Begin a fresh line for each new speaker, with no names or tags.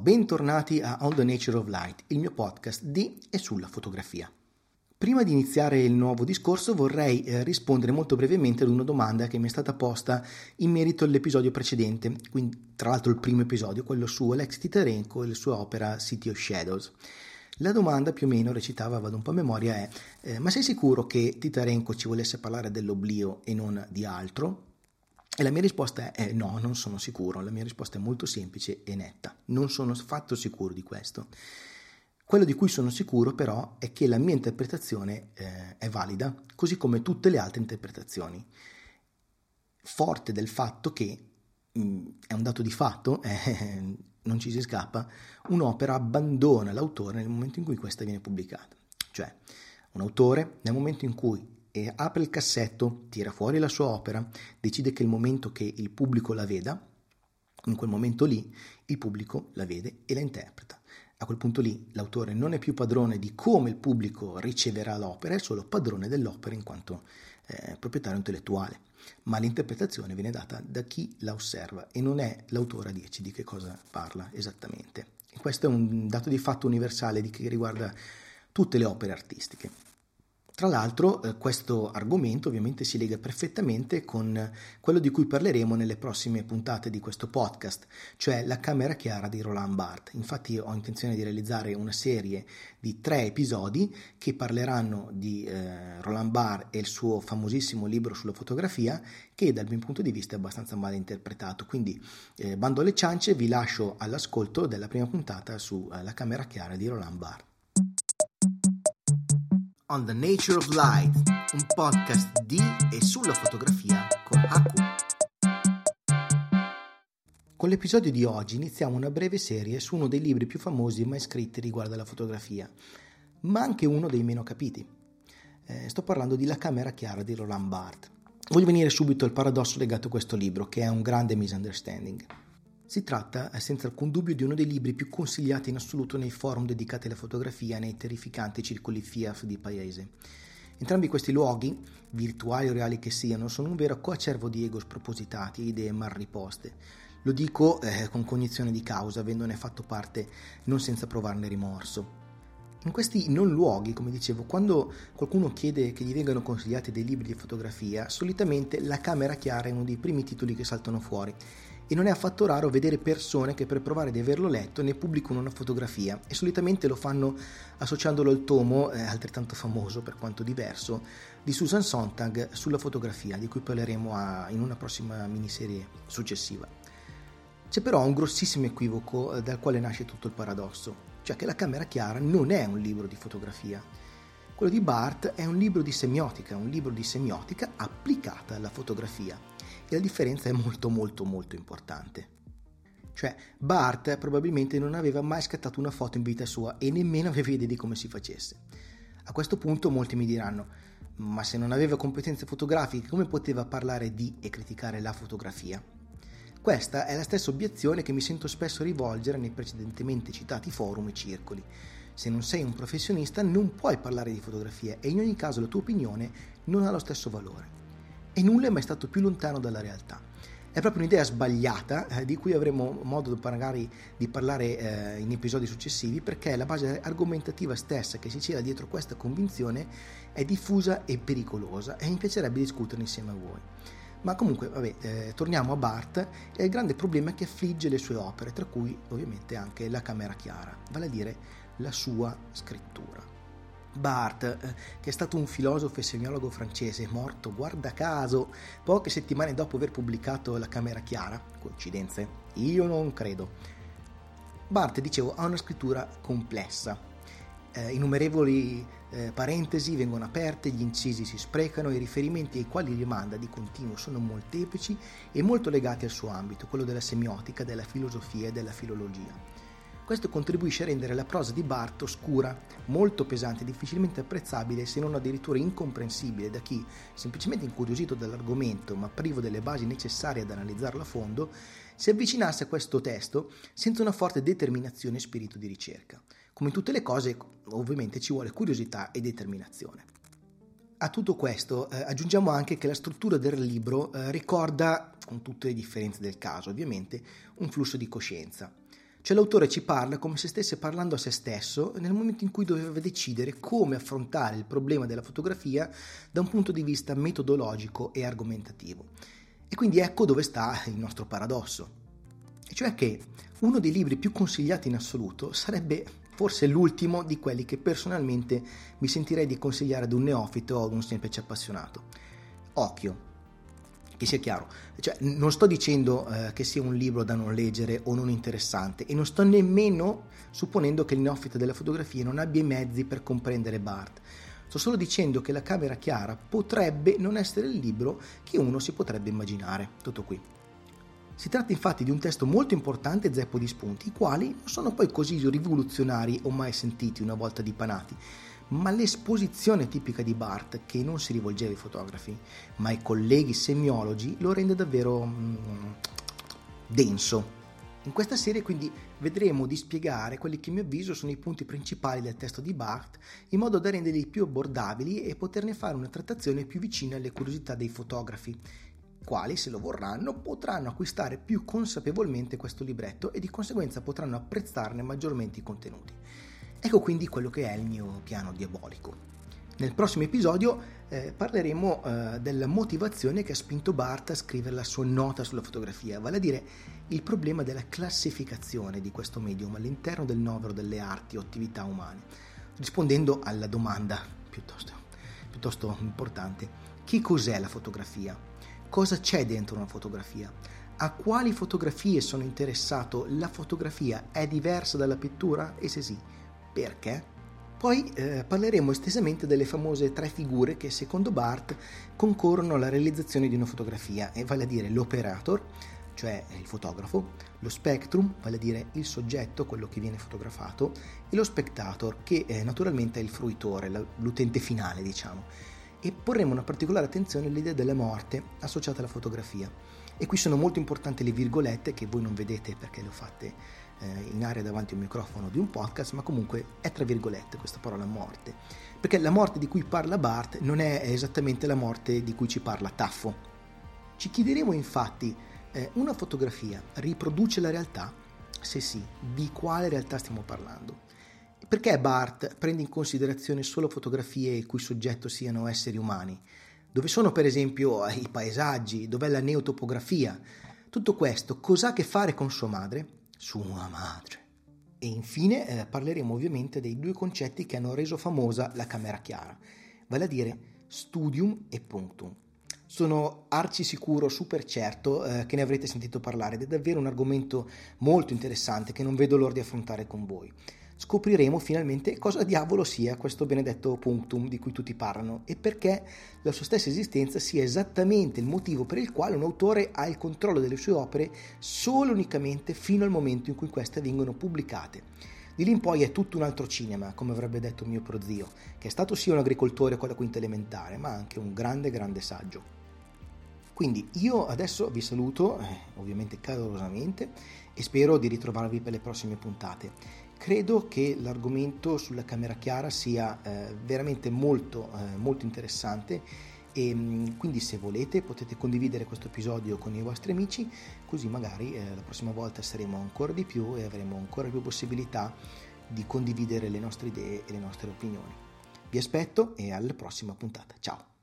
bentornati a On the Nature of Light, il mio podcast di e sulla fotografia. Prima di iniziare il nuovo discorso vorrei rispondere molto brevemente ad una domanda che mi è stata posta in merito all'episodio precedente, quindi tra l'altro il primo episodio, quello su Alexei Titarenko e la sua opera City of Shadows. La domanda più o meno recitava, vado un po' a memoria, è ma sei sicuro che Titarenko ci volesse parlare dell'oblio e non di altro? E la mia risposta è no, non sono sicuro. La mia risposta è molto semplice e netta. Non sono affatto sicuro di questo. Quello di cui sono sicuro però è che la mia interpretazione è valida, così come tutte le altre interpretazioni. Forte del fatto che, è un dato di fatto, non ci si scappa, un'opera abbandona l'autore nel momento in cui questa viene pubblicata. Cioè, un autore nel momento in cui apre il cassetto, tira fuori la sua opera, decide che è il momento che il pubblico la veda, in quel momento lì il pubblico la vede e la interpreta. A quel punto lì l'autore non è più padrone di come il pubblico riceverà l'opera, è solo padrone dell'opera in quanto proprietario intellettuale, ma l'interpretazione viene data da chi la osserva e non è l'autore a dirci di che cosa parla esattamente. E questo è un dato di fatto universale che riguarda tutte le opere artistiche. Tra l'altro questo argomento ovviamente si lega perfettamente con quello di cui parleremo nelle prossime puntate di questo podcast, cioè La camera chiara di Roland Barthes. Infatti ho intenzione di realizzare una serie di 3 episodi che parleranno di Roland Barthes e il suo famosissimo libro sulla fotografia, che dal mio punto di vista è abbastanza male interpretato. Quindi bando alle ciance, vi lascio all'ascolto della prima puntata su La camera chiara di Roland Barthes. On the Nature of Light, un podcast di e sulla fotografia con Haku. Con l'episodio di oggi iniziamo una breve serie su uno dei libri più famosi mai scritti riguardo alla fotografia, ma anche uno dei meno capiti. Sto parlando di La camera chiara di Roland Barthes. Voglio venire subito al paradosso legato a questo libro, che è un grande misunderstanding. Si tratta, senza alcun dubbio, di uno dei libri più consigliati in assoluto nei forum dedicati alla fotografia, nei terrificanti circoli FIAF di paese. Entrambi questi luoghi, virtuali o reali che siano, sono un vero coacervo di ego spropositati e idee mal riposte. Lo dico con cognizione di causa, avendone fatto parte non senza provarne rimorso. In questi non luoghi, come dicevo, quando qualcuno chiede che gli vengano consigliati dei libri di fotografia, solitamente La camera chiara è uno dei primi titoli che saltano fuori. E non è affatto raro vedere persone che per provare di averlo letto ne pubblicano una fotografia e solitamente lo fanno associandolo al tomo, altrettanto famoso per quanto diverso, di Susan Sontag sulla fotografia, di cui parleremo in una prossima miniserie successiva. C'è però un grossissimo equivoco dal quale nasce tutto il paradosso, cioè che La camera chiara non è un libro di fotografia. Quello di Barthes è un libro di semiotica applicata alla fotografia. E la differenza è molto importante. Cioè, Barthes probabilmente non aveva mai scattato una foto in vita sua e nemmeno aveva idea di come si facesse. A questo punto molti mi diranno, ma se non aveva competenze fotografiche come poteva parlare di e criticare la fotografia? Questa è la stessa obiezione che mi sento spesso rivolgere nei precedentemente citati forum e circoli. Se non sei un professionista non puoi parlare di fotografia e in ogni caso la tua opinione non ha lo stesso valore. E nulla è mai stato più lontano dalla realtà. È proprio un'idea sbagliata di cui avremo modo magari di parlare in episodi successivi, perché la base argomentativa stessa che si cela dietro questa convinzione è diffusa e pericolosa e mi piacerebbe discuterne insieme a voi. Ma comunque, torniamo a Barthes e al grande problema che affligge le sue opere, tra cui ovviamente anche La camera chiara, vale a dire la sua scrittura. Barthes, che è stato un filosofo e semiologo francese, morto, guarda caso, poche settimane dopo aver pubblicato La camera chiara, coincidenze? Io non credo. Barthes, dicevo, ha una scrittura complessa. Innumerevoli parentesi vengono aperte, gli incisi si sprecano, i riferimenti ai quali rimanda di continuo sono molteplici e molto legati al suo ambito, quello della semiotica, della filosofia e della filologia. Questo contribuisce a rendere la prosa di Barthes oscura, molto pesante e difficilmente apprezzabile, se non addirittura incomprensibile da chi, semplicemente incuriosito dall'argomento ma privo delle basi necessarie ad analizzarlo a fondo, si avvicinasse a questo testo senza una forte determinazione e spirito di ricerca. Come in tutte le cose, ovviamente ci vuole curiosità e determinazione. A tutto questo aggiungiamo anche che la struttura del libro ricorda, con tutte le differenze del caso ovviamente, un flusso di coscienza. Cioè l'autore ci parla come se stesse parlando a se stesso nel momento in cui doveva decidere come affrontare il problema della fotografia da un punto di vista metodologico e argomentativo. E quindi ecco dove sta il nostro paradosso. E cioè che uno dei libri più consigliati in assoluto sarebbe forse l'ultimo di quelli che personalmente mi sentirei di consigliare ad un neofito o ad un semplice appassionato. Occhio, che sia chiaro, cioè, non sto dicendo che sia un libro da non leggere o non interessante, e non sto nemmeno supponendo che il neofita della fotografia non abbia i mezzi per comprendere Barthes. Sto solo dicendo che La camera chiara potrebbe non essere il libro che uno si potrebbe immaginare. Tutto qui. Si tratta infatti di un testo molto importante e zeppo di spunti, i quali non sono poi così rivoluzionari o mai sentiti una volta dipanati, ma l'esposizione tipica di Barthes, che non si rivolgeva ai fotografi, ma ai colleghi semiologi, lo rende davvero denso. In questa serie quindi vedremo di spiegare quelli che a mio avviso sono i punti principali del testo di Barthes, in modo da renderli più abbordabili e poterne fare una trattazione più vicina alle curiosità dei fotografi, quali, se lo vorranno, potranno acquistare più consapevolmente questo libretto e di conseguenza potranno apprezzarne maggiormente i contenuti. Ecco quindi quello che è il mio piano diabolico. Nel prossimo episodio parleremo della motivazione che ha spinto Barthes a scrivere la sua nota sulla fotografia, vale a dire il problema della classificazione di questo medium all'interno del novero delle arti o attività umane, rispondendo alla domanda piuttosto importante: che cos'è la fotografia? Cosa c'è dentro una fotografia? A quali fotografie sono interessato? La fotografia è diversa dalla pittura? E se sì, perché? Poi parleremo estesamente delle famose 3 figure che secondo Barthes concorrono alla realizzazione di una fotografia, e vale a dire l'operator, cioè il fotografo, lo spectrum, vale a dire il soggetto, quello che viene fotografato, e lo spectator, che naturalmente è il fruitore, l'utente finale, diciamo. E porremo una particolare attenzione all'idea della morte associata alla fotografia. E qui sono molto importanti le virgolette, che voi non vedete perché le ho fatte in aria davanti a un microfono di un podcast, ma comunque è tra virgolette questa parola morte, perché la morte di cui parla Barthes non è esattamente la morte di cui ci parla Taffo. Ci chiederemo infatti, una fotografia riproduce la realtà? Se sì, di quale realtà stiamo parlando? Perché Barthes prende in considerazione solo fotografie il cui soggetto siano esseri umani? Dove sono per esempio i paesaggi? Dov'è la neotopografia? Tutto questo cosa ha a che fare con sua madre? Sua madre. E infine parleremo ovviamente dei 2 concetti che hanno reso famosa La camera chiara, vale a dire studium e punctum. Sono arci sicuro, super certo che ne avrete sentito parlare, ed è davvero un argomento molto interessante che non vedo l'ora di affrontare con voi. Scopriremo finalmente cosa diavolo sia questo benedetto punctum di cui tutti parlano e perché la sua stessa esistenza sia esattamente il motivo per il quale un autore ha il controllo delle sue opere solo e unicamente fino al momento in cui queste vengono pubblicate. Di lì in poi è tutto un altro cinema, come avrebbe detto mio prozio, che è stato sia un agricoltore con la quinta elementare, ma anche un grande saggio. Quindi io adesso vi saluto, ovviamente calorosamente, e spero di ritrovarvi per le prossime puntate. Credo che l'argomento sulla camera chiara sia veramente molto interessante, e quindi se volete potete condividere questo episodio con i vostri amici, così magari la prossima volta saremo ancora di più e avremo ancora più possibilità di condividere le nostre idee e le nostre opinioni. Vi aspetto e alla prossima puntata. Ciao!